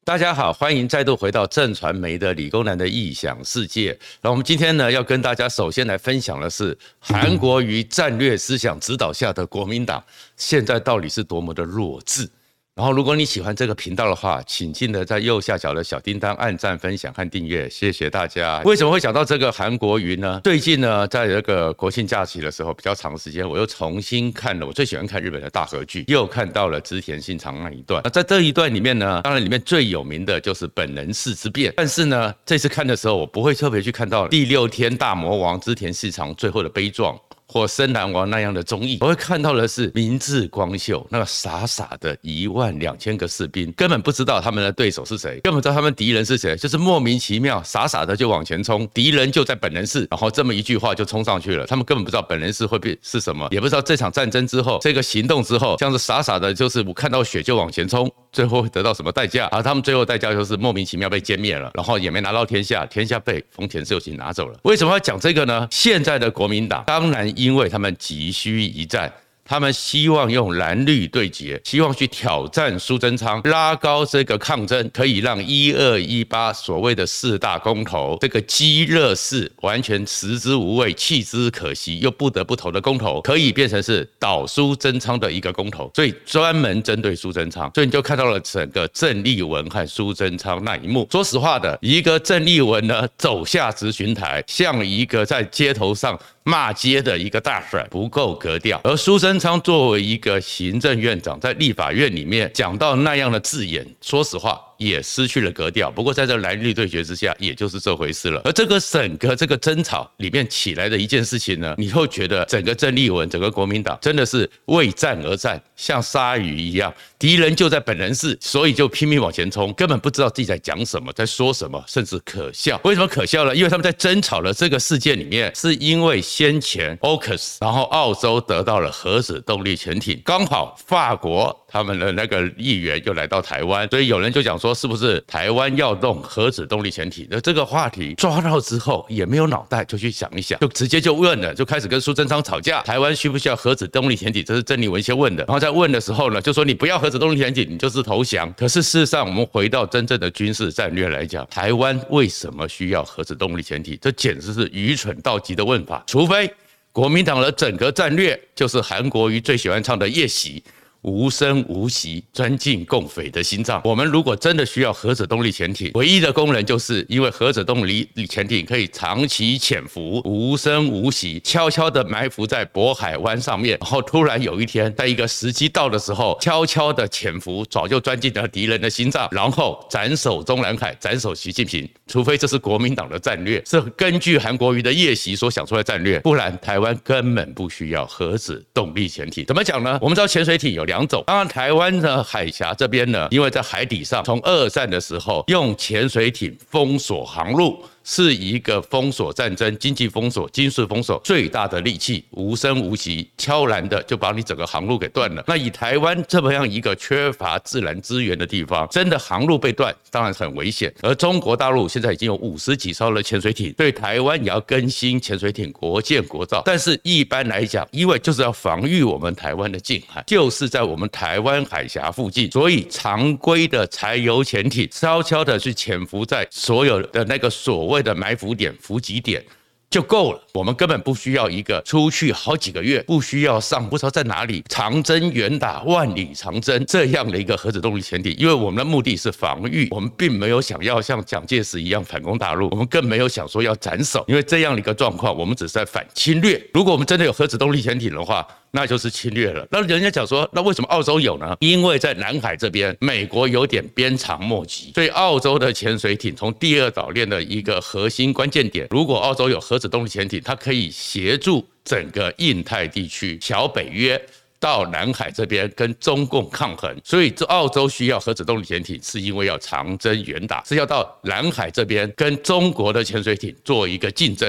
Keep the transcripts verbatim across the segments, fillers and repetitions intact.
大家好，欢迎再度回到正传媒的理工男的异想世界。那我们今天呢，要跟大家首先来分享的是韩国瑜战略思想指导下的国民党现在到底是多么的弱智。然后，如果你喜欢这个频道的话，请记得在右下角的小叮当按赞、分享和订阅，谢谢大家。为什么会讲到这个韩国瑜呢？最近呢，在这个国庆假期的时候，比较长时间，我又重新看了我最喜欢看日本的大河剧，又看到了织田信长那一段。那在这一段里面呢，当然里面最有名的就是本能寺之变。但是呢，这次看的时候，我不会特别去看到第六天大魔王织田信长最后的悲壮，或深蓝王那样的综艺，我会看到的是明智光秀那个傻傻的一万两千个士兵，根本不知道他们的对手是谁，根本不知道他们敌人是谁，就是莫名其妙傻傻的就往前冲，敌人就在本能寺，然后这么一句话就冲上去了，他们根本不知道本能寺会变是什么，也不知道这场战争之后，这个行动之后，这样子傻傻的，就是我看到血就往前冲，最后会得到什么代价？而他们最后代价就是莫名其妙被歼灭了，然后也没拿到天下，天下被丰田秀吉拿走了。为什么要讲这个呢？现在的国民党当然因为他们急需一战，他们希望用蓝绿对决，希望去挑战苏贞昌，拉高这个抗争，可以让一二一八所谓的四大公投这个激热式完全食之无味弃之可惜又不得不投的公投，可以变成是倒苏贞昌的一个公投，所以专门针对苏贞昌，所以你就看到了整个郑丽文和苏贞昌那一幕。说实话的，一个郑丽文呢走下咨询台，像一个在街头上骂街的一个大帅，不够格调。而苏贞昌作为一个行政院长，在立法院里面讲到那样的字眼，说实话也失去了格调。不过在这蓝绿对决之下，也就是这回事了。而这个整个这个争吵里面起来的一件事情呢，你会觉得整个郑丽文、整个国民党真的是为战而战，像鲨鱼一样，敌人就在本能寺，所以就拼命往前冲，根本不知道自己在讲什么，在说什么，甚至可笑。为什么可笑呢？因为他们在争吵的这个事件里面，是因为先前 O C U S， 然后澳洲得到了核子动力潜艇，刚好法国他们的那个议员又来到台湾，所以有人就讲说，是不是台湾要动核子动力潜艇？那这个话题抓到之后，也没有脑袋，就去想一想，就直接就问了，就开始跟苏贞昌吵架，台湾需不需要核子动力潜艇？这是郑丽文先问的，然后在问的时候呢，就说你不要核子动力潜艇，你就是投降。可是事实上，我们回到真正的军事战略来讲，台湾为什么需要核子动力潜艇？这简直是愚蠢到极的问法，除非国民党的整个战略就是韩国瑜最喜欢唱的夜袭，无声无息，钻进共匪的心脏。我们如果真的需要核子动力潜艇，唯一的功能就是因为核子动力潜艇可以长期潜伏，无声无息，悄悄的埋伏在渤海湾上面，然后突然有一天，在一个时机到的时候，悄悄的潜伏，早就钻进了敌人的心脏，然后斩首中南海，斩首习近平。除非这是国民党的战略，是根据韩国瑜的夜袭所想出来的战略，不然台湾根本不需要核子动力潜艇。怎么讲呢？我们知道潜水艇有两种，当然台湾的海峡这边呢，因为在海底上，从二战的时候用潜水艇封锁航路，是一个封锁战争、经济封锁、军事封锁最大的利器，无声无息、悄然的就把你整个航路给断了。那以台湾这么样一个缺乏自然资源的地方，真的航路被断，当然很危险。而中国大陆现在已经有五十几艘的潜水艇，对台湾也要更新潜水艇国建国造。但是一般来讲，因为就是要防御我们台湾的近海，就是在我们台湾海峡附近，所以常规的柴油潜艇悄悄的去潜伏在所有的那个所谓的埋伏点、伏击点就够了，我们根本不需要一个出去好几个月，不需要上不知道在哪里长征远打万里长征这样的一个核子动力潜艇，因为我们的目的是防御，我们并没有想要像蒋介石一样反攻大陆，我们更没有想说要斩首，因为这样的一个状况，我们只是在反侵略。如果我们真的有核子动力潜艇的话，那就是侵略了。那人家讲说，那为什么澳洲有呢？因为在南海这边，美国有点鞭长莫及，所以澳洲的潜水艇从第二岛链的一个核心关键点，如果澳洲有核子动力潜艇，它可以协助整个印太地区、小北约到南海这边跟中共抗衡。所以澳洲需要核子动力潜艇，是因为要长征远打，是要到南海这边跟中国的潜水艇做一个竞争。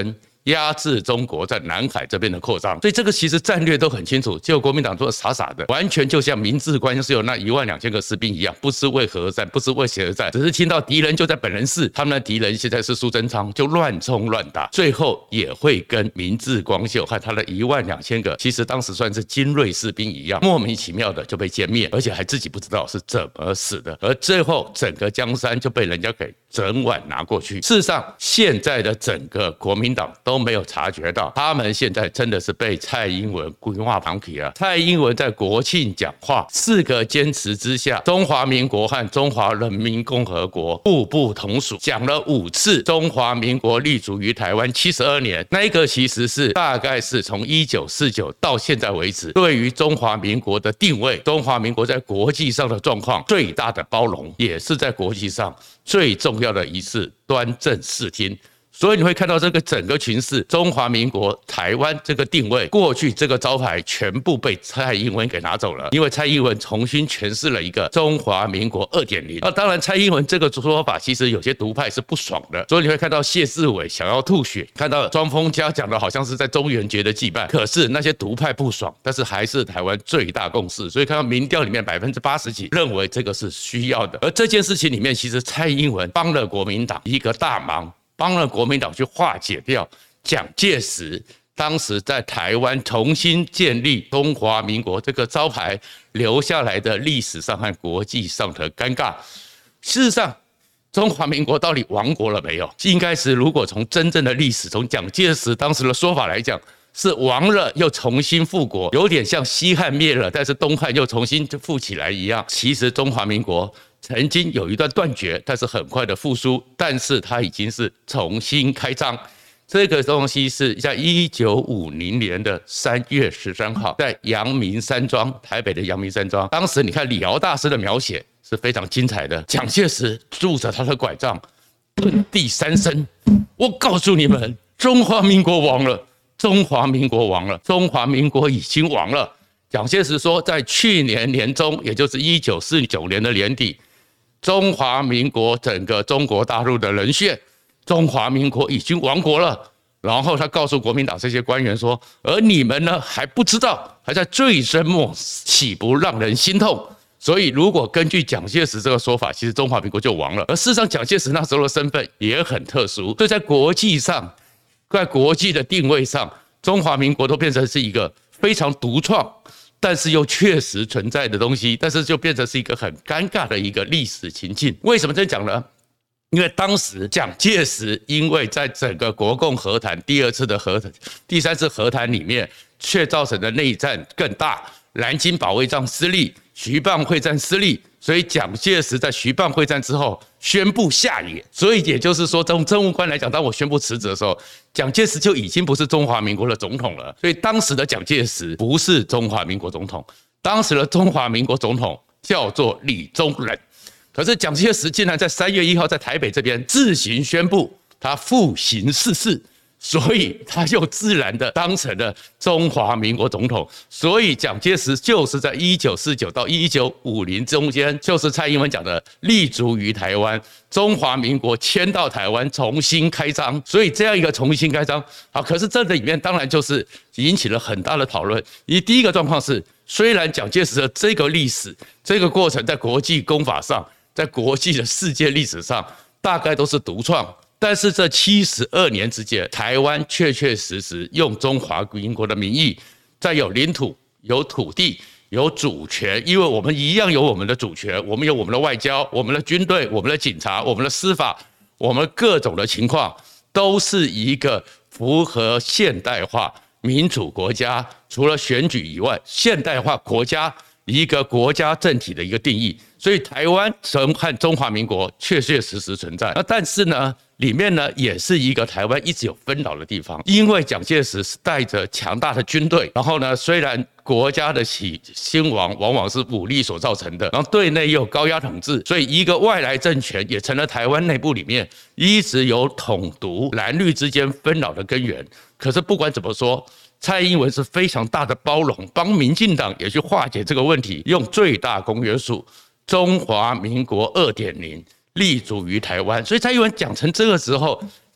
压制中国在南海这边的扩张。所以这个其实战略都很清楚，结果国民党做的傻傻的，完全就像明治关是有那一万两千个士兵一样，不知为何而战，不知为谁而战，只是听到敌人就在本人市，他们的敌人现在是苏贞昌，就乱冲乱打，最后也会跟明治光秀和他的一万两千个，其实当时算是精锐士兵一样，莫名其妙的就被歼灭，而且还自己不知道是怎么死的，而最后整个江山就被人家给整晚拿过去。事实上，现在的整个国民党都没有察觉到，他们现在真的是被蔡英文规划旁体了。蔡英文在国庆讲话，四个坚持之下，中华民国和中华人民共和国互不同属，讲了五次中华民国立足于台湾七十二年，那一个其实是大概是从一九四九到现在为止，对于中华民国的定位，中华民国在国际上的状况最大的包容，也是在国际上最重要的一次端正视听。所以你会看到这个整个群势，中华民国台湾这个定位，过去这个招牌全部被蔡英文给拿走了，因为蔡英文重新诠释了一个中华民国 二点零。 那当然蔡英文这个说法其实有些独派是不爽的，所以你会看到谢志伟想要吐血，看到庄丰嘉讲的好像是在中元节的祭拜，可是那些独派不爽，但是还是台湾最大共识。所以看到民调里面百分之八十几认为这个是需要的，而这件事情里面，其实蔡英文帮了国民党一个大忙，帮了国民党去化解掉蒋介石当时在台湾重新建立中华民国这个招牌留下来的历史上和国际上的尴尬。事实上，中华民国到底亡国了没有？应该是如果从真正的历史，从蒋介石当时的说法来讲，是亡了又重新复国，有点像西汉灭了，但是东汉又重新复起来一样。其实中华民国曾经有一段断绝，但是很快的复苏，但是它已经是重新开张。这个东西是在一九五零年的三月十三号，在阳明山庄，台北的阳明山庄。当时你看李敖大师的描写是非常精彩的，蒋介石拄着他的拐杖，遁地三升。我告诉你们，中华民国亡了，中华民国亡了，中华民国已经亡了。蒋介石说，在去年年中，也就是一九四九年的年底，中华民国整个中国大陆的人血，中华民国已经亡国了。然后他告诉国民党这些官员说，而你们呢还不知道，还在醉生梦死，岂不让人心痛？所以如果根据蒋介石这个说法，其实中华民国就亡了。而事实上，蒋介石那时候的身份也很特殊，所以在国际上，在国际的定位上，中华民国都变成是一个非常独创，但是又确实存在的东西，但是就变成是一个很尴尬的一个历史情境。为什么这样讲呢？因为当时蒋介石因为在整个国共和谈第二次的和谈、第三次和谈里面，却造成的内战更大，南京保卫战失利，徐蚌会战失利，所以蒋介石在徐蚌会战之后宣布下野。所以也就是说，从政务官来讲，当我宣布辞职的时候，蒋介石就已经不是中华民国的总统了。所以当时的蒋介石不是中华民国总统，当时的中华民国总统叫做李宗仁。可是蒋介石竟然在三月一号在台北这边自行宣布他负刑逝世，所以他就自然的当成了中华民国总统。所以蒋介石就是在一九四九到一九五零中间，就是蔡英文讲的立足于台湾，中华民国迁到台湾重新开张。所以这样一个重新开张，好，可是这里面当然就是引起了很大的讨论。以第一个状况是，虽然蒋介石的这个历史这个过程在国际公法上，在国际的世界历史上大概都是独创，但是这七十二年之间，台湾确确实实用中华民国的名义，在有领土、有土地、有主权，因为我们一样有我们的主权，我们有我们的外交、我们的军队、我们的警察、我们的司法，我们各种的情况，都是一个符合现代化民主国家，除了选举以外，现代化国家一个国家政体的一个定义。所以台湾和中华民国确确实实存在，那但是呢，里面呢也是一个台湾一直有纷扰的地方，因为蒋介石是带着强大的军队，然后呢，虽然国家的起兴亡往往是武力所造成的，然后对内又有高压统治，所以一个外来政权也成了台湾内部里面一直有统独蓝绿之间纷扰的根源。可是不管怎么说，蔡英文是非常大的包容，帮民进党也去化解这个问题，用最大公约数中华民国 二点零 立足于台湾。所以蔡英文讲成这个时候，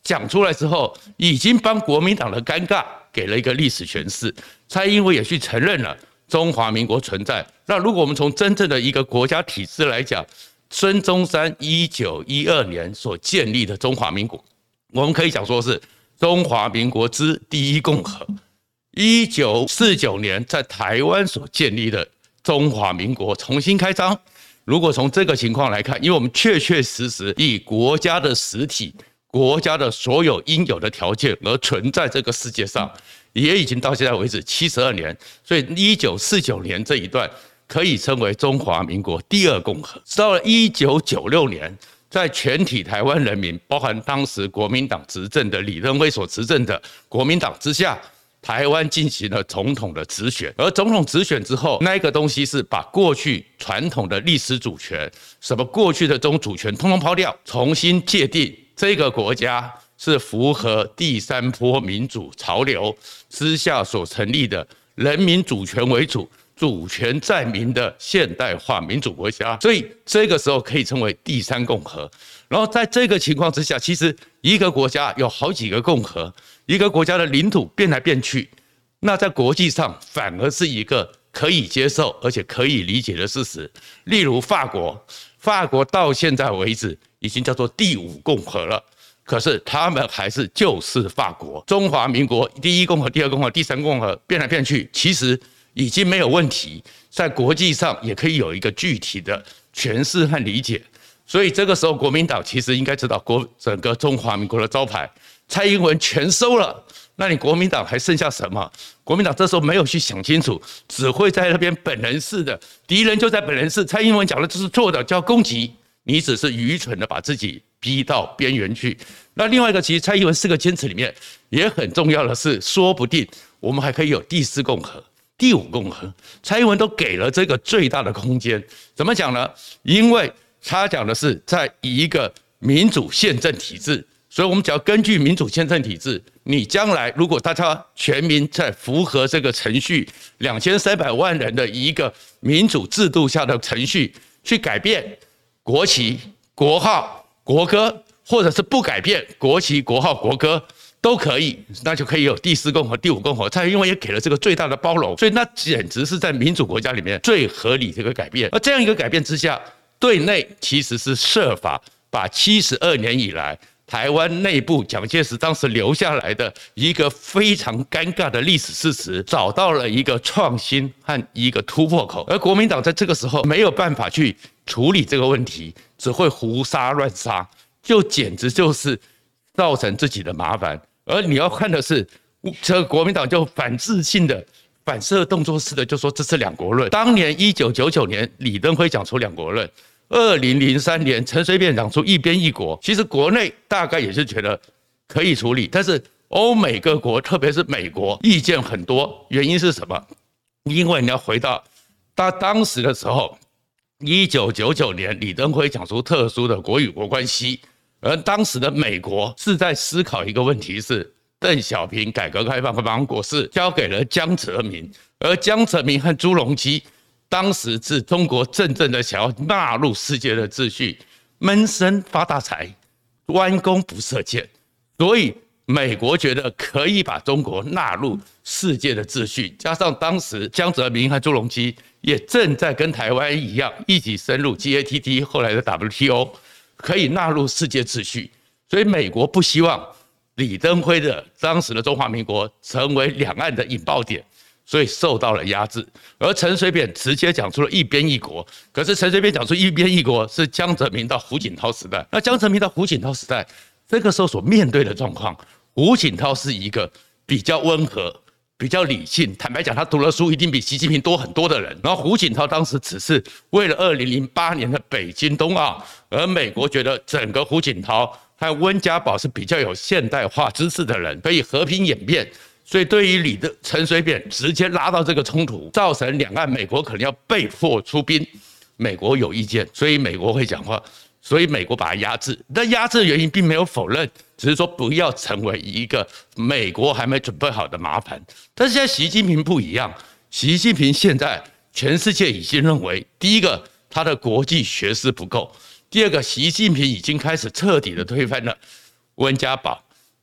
讲出来之后，已经帮国民党的尴尬给了一个历史诠释。蔡英文也去承认了中华民国存在。那如果我们从真正的一个国家体制来讲，孙中山一九一二年所建立的中华民国，我们可以讲说是中华民国之第一共和。一九四九年在台湾所建立的中华民国重新开张。如果从这个情况来看，因为我们确确实实以国家的实体、国家的所有应有的条件而存在这个世界上，也已经到现在为止七十二年，所以一九四九年这一段可以称为中华民国第二共和。到了一九九六年，在全体台湾人民，包含当时国民党执政的李登辉所执政的国民党之下，台湾进行了总统的直选，而总统直选之后，那一个东西是把过去传统的历史主权，什么过去的这种主权通通抛掉，重新界定这个国家是符合第三波民主潮流之下所成立的人民主权为主、主权在民的现代化民主国家，所以这个时候可以称为第三共和。然后在这个情况之下，其实一个国家有好几个共和，一个国家的领土变来变去，那在国际上反而是一个可以接受而且可以理解的事实。例如法国，法国到现在为止已经叫做第五共和了，可是他们还是就是法国。中华民国第一共和、第二共和、第三共和变来变去，其实已经没有问题，在国际上也可以有一个具体的诠释和理解。所以这个时候，国民党其实应该知道，国整个中华民国的招牌，蔡英文全收了，那你国民党还剩下什么？国民党这时候没有去想清楚，只会在那边本人式的，敌人就在本人式。蔡英文讲的这是错的，叫攻击，你只是愚蠢的把自己逼到边缘去。那另外一个，其实蔡英文四个坚持里面也很重要的是，说不定我们还可以有第四共和、第五共和，蔡英文都给了这个最大的空间。怎么讲呢？因为他讲的是在一个民主宪政体制，所以我们只要根据民主宪政体制，你将来如果大家全民在符合这个程序，两千三百万人的一个民主制度下的程序，去改变国旗、国号、国歌，或者是不改变国旗、国号、国歌都可以，那就可以有第四共和、第五共和。蔡英文也给了这个最大的包容，所以那简直是在民主国家里面最合理的一个改变。而这样一个改变之下，对内其实是设法把七十二年以来台湾内部蒋介石当时留下来的一个非常尴尬的历史事实，找到了一个创新和一个突破口。而国民党在这个时候没有办法去处理这个问题，只会胡杀乱杀，就简直就是造成自己的麻烦。而你要看的是，这个国民党就反制性的、反射动作式的就说这是两国论。当年一九九九年李登辉讲出两国论，二零零三年陈水扁讲出一边一国，其实国内大概也是觉得可以处理，但是欧美各国，特别是美国，意见很多。原因是什么？因为你要回到他当时的时候，一九九九年李登辉讲出特殊的国与国关系，而当时的美国是在思考一个问题是，邓小平改革开放的芒果是交给了江泽民，而江泽民和朱镕基当时是中国真正的想要纳入世界的秩序，闷声发大财，弯弓不射箭，所以美国觉得可以把中国纳入世界的秩序，加上当时江泽民和朱镕基也正在跟台湾一样一起深入 G A T T 后来的 W T O， 可以纳入世界秩序，所以美国不希望李登辉的当时的中华民国成为两岸的引爆点，所以受到了压制。而陈水扁直接讲出了一边一国，可是陈水扁讲出一边一国是江泽民到胡锦涛时代，那江泽民到胡锦涛时代这个时候所面对的状况，胡锦涛是一个比较温和、比较理性，坦白讲，他读了书一定比习近平多很多的人。然后胡锦涛当时只是为了二零零八年的北京冬奥，而美国觉得整个胡锦涛和温家宝是比较有现代化知识的人，可以和平演变。所以对于李的陈水扁直接拉到这个冲突，造成两岸美国可能要被迫出兵，美国有意见，所以美国会讲话，所以美国把它压制。但压制的原因并没有否认，只是说不要成为一个美国还没准备好的麻烦。但是现在习近平不一样，习近平现在全世界已经认为，第一个他的国际学识不够，第二个习近平已经开始彻底的推翻了温家宝。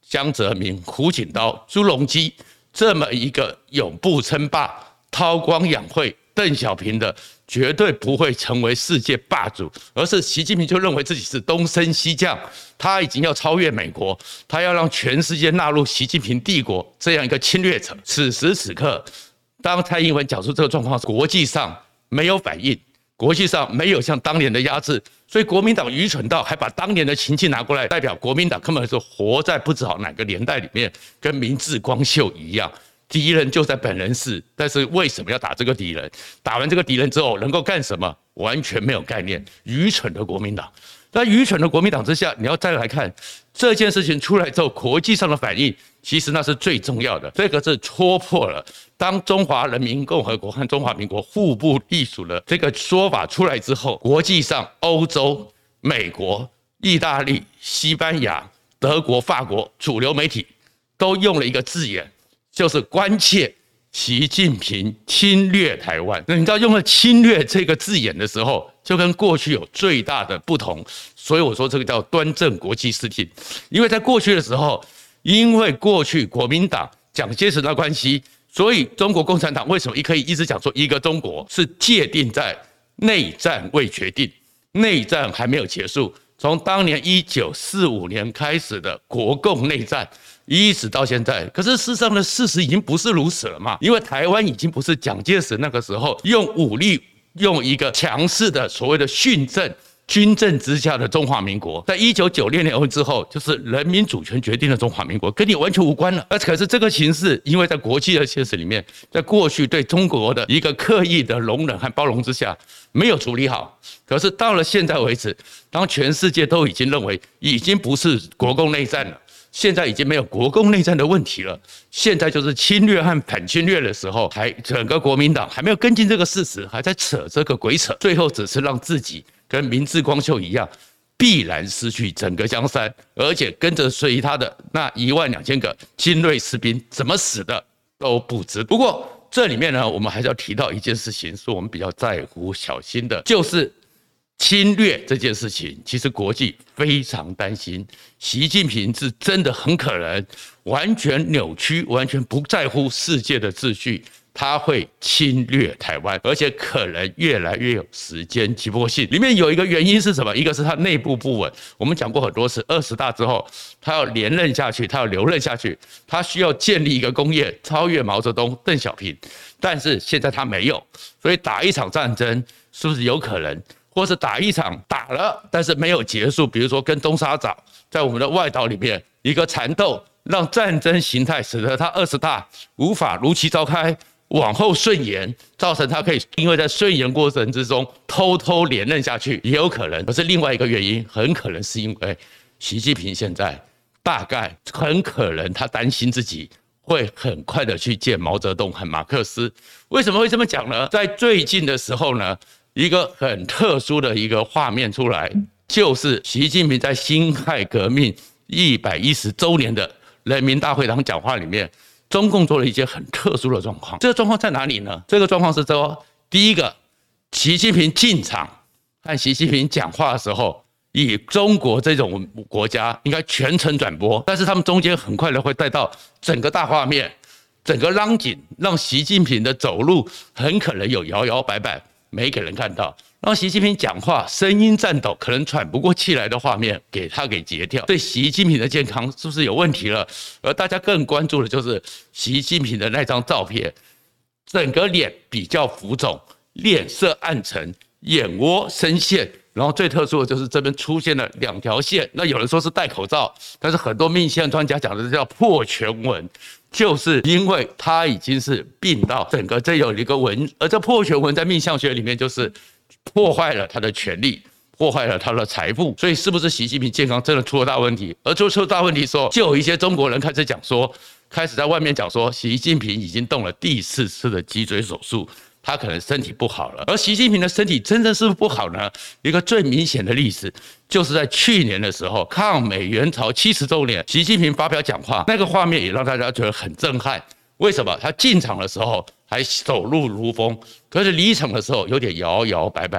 江泽民、胡锦涛、朱镕基这么一个永不称霸、韬光养晦、邓小平的，绝对不会成为世界霸主，而是习近平就认为自己是东升西降，他已经要超越美国，他要让全世界纳入习近平帝国这样一个侵略者。此时此刻，当蔡英文讲出这个状况，国际上没有反应，国际上没有像当年的压制，所以国民党愚蠢到还把当年的情境拿过来，代表国民党根本是活在不知道哪个年代里面，跟明治光秀一样。敌人就在本人市，但是为什么要打这个敌人？打完这个敌人之后能够干什么？完全没有概念。愚蠢的国民党，在愚蠢的国民党之下，你要再来看这件事情出来之后，国际上的反应，其实那是最重要的。这个是戳破了，当中华人民共和国和中华民国互不隶属的这个说法出来之后，国际上欧洲、美国、意大利、西班牙、德国、法国主流媒体都用了一个字眼。就是关切习近平侵略台湾。那你知道用了侵略这个字眼的时候，就跟过去有最大的不同。所以我说这个叫端正国际视听。因为在过去的时候，因为过去国民党蒋介石的关系，所以中国共产党为什么可以一直讲说一个中国，是界定在内战未决定，内战还没有结束。从当年一九四五年开始的国共内战，一直到现在，可是事实上的事实已经不是如此了嘛？因为台湾已经不是蒋介石那个时候用武力、用一个强势的所谓的训政、军政之下的中华民国，在一九九六年奥运之后，就是人民主权决定的中华民国，跟你完全无关了。而可是这个形势，因为在国际的现实里面，在过去对中国的一个刻意的容忍和包容之下，没有处理好。可是到了现在为止，当全世界都已经认为已经不是国共内战了。现在已经没有国共内战的问题了，现在就是侵略和反侵略的时候，还整个国民党还没有跟进这个事实，还在扯这个鬼扯，最后只是让自己跟明治光秀一样，必然失去整个江山，而且跟着随他的那一万两千个精锐士兵怎么死的都不知。不过这里面呢，我们还是要提到一件事情，是我们比较在乎、小心的，就是侵略这件事情，其实国际非常担心，习近平是真的很可能完全扭曲，完全不在乎世界的秩序，他会侵略台湾，而且可能越来越有时间急迫性。里面有一个原因是什么？一个是他内部不稳，我们讲过很多次，二十大之后他要连任下去，他要留任下去，他需要建立一个工业超越毛泽东、邓小平，但是现在他没有，所以打一场战争是不是有可能？或是打一场打了，但是没有结束，比如说跟东沙岛在我们的外岛里面一个缠斗，让战争形态使得他二十大无法如期召开，往后顺延，造成他可以因为在顺延过程之中偷偷连任下去，也有可能。可是另外一个原因，很可能是因为习近平现在大概很可能他担心自己会很快的去见毛泽东和马克思。为什么会这么讲呢？在最近的时候呢，一个很特殊的一个画面出来，就是习近平在辛亥革命一百一十周年的人民大会堂讲话里面，中共做了一件很特殊的状况。这个状况在哪里呢？这个状况是说，第一个，习近平进场和习近平讲话的时候，以中国这种国家应该全程转播，但是他们中间很快的会带到整个大画面，整个浪景，让习近平的走路很可能有摇摇摆摆。没给人看到，让习近平讲话声音颤抖，可能喘不过气来的画面给他给截掉，对习近平的健康是不是有问题了？而大家更关注的就是习近平的那张照片，整个脸比较浮肿，脸色暗沉，眼窝深陷，然后最特殊的就是这边出现了两条线，那有人说是戴口罩，但是很多命线专家讲的叫破颧纹。就是因为他已经是病到整个这有一个纹，而这破颧纹在命相学里面就是破坏了他的权利，破坏了他的财富，所以是不是习近平健康真的出了大问题？而出了大问题的时候，就有一些中国人开始讲说，开始在外面讲说，习近平已经动了第四次的脊椎手术。他可能身体不好了，而习近平的身体真正是不是不好呢？一个最明显的例子，就是在去年的时候，抗美援朝七十周年，习近平发表讲话，那个画面也让大家觉得很震撼。为什么？他进场的时候还走路如风，可是离场的时候有点摇摇摆摆，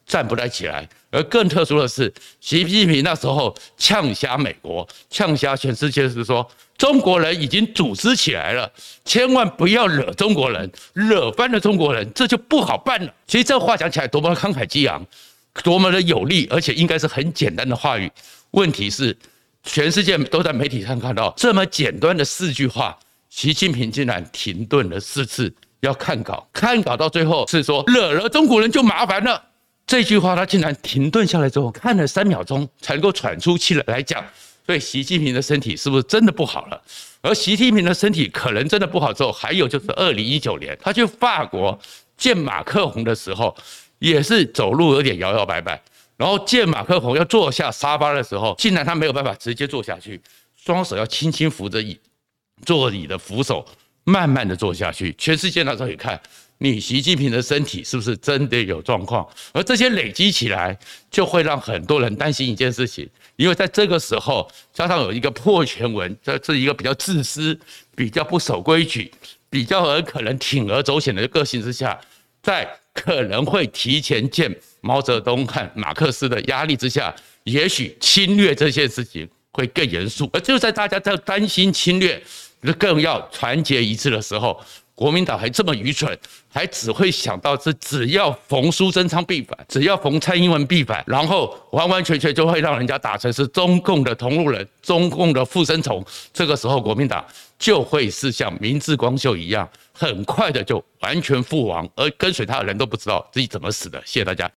站不太起来。而更特殊的是，习近平那时候呛瞎美国，呛瞎全世界，是说中国人已经组织起来了，千万不要惹中国人，惹翻了中国人，这就不好办了。其实这话讲起来多么慷慨激昂，多么的有力，而且应该是很简单的话语。问题是，全世界都在媒体上看到这么简单的四句话，习近平竟然停顿了四次，要看稿，看稿到最后是说惹了中国人就麻烦了。这句话他竟然停顿下来之后，看了三秒钟才能够喘出气来讲。所以习近平的身体是不是真的不好了？而习近平的身体可能真的不好之后，还有就是二零一九年他去法国见马克宏的时候，也是走路有点摇摇摆摆。然后见马克宏要坐下沙发的时候，竟然他没有办法直接坐下去，双手要轻轻扶着椅座椅的扶手，慢慢的坐下去。全世界那时候也看你习近平的身体是不是真的有状况，而这些累积起来，就会让很多人担心一件事情，因为在这个时候，加上有一个破全文，这是一个比较自私、比较不守规矩、比较很可能铤而走险的个性之下，在可能会提前见毛泽东和马克思的压力之下，也许侵略这件事情会更严肃。而就在大家在担心侵略，更要团结一致的时候，国民党还这么愚蠢，还只会想到是只要逢苏贞昌必反，只要逢蔡英文必反，然后完完全全就会让人家打成是中共的同路人、中共的附生虫。这个时候，国民党就会是像明治光秀一样，很快的就完全覆亡，而跟随他的人都不知道自己怎么死的。谢谢大家。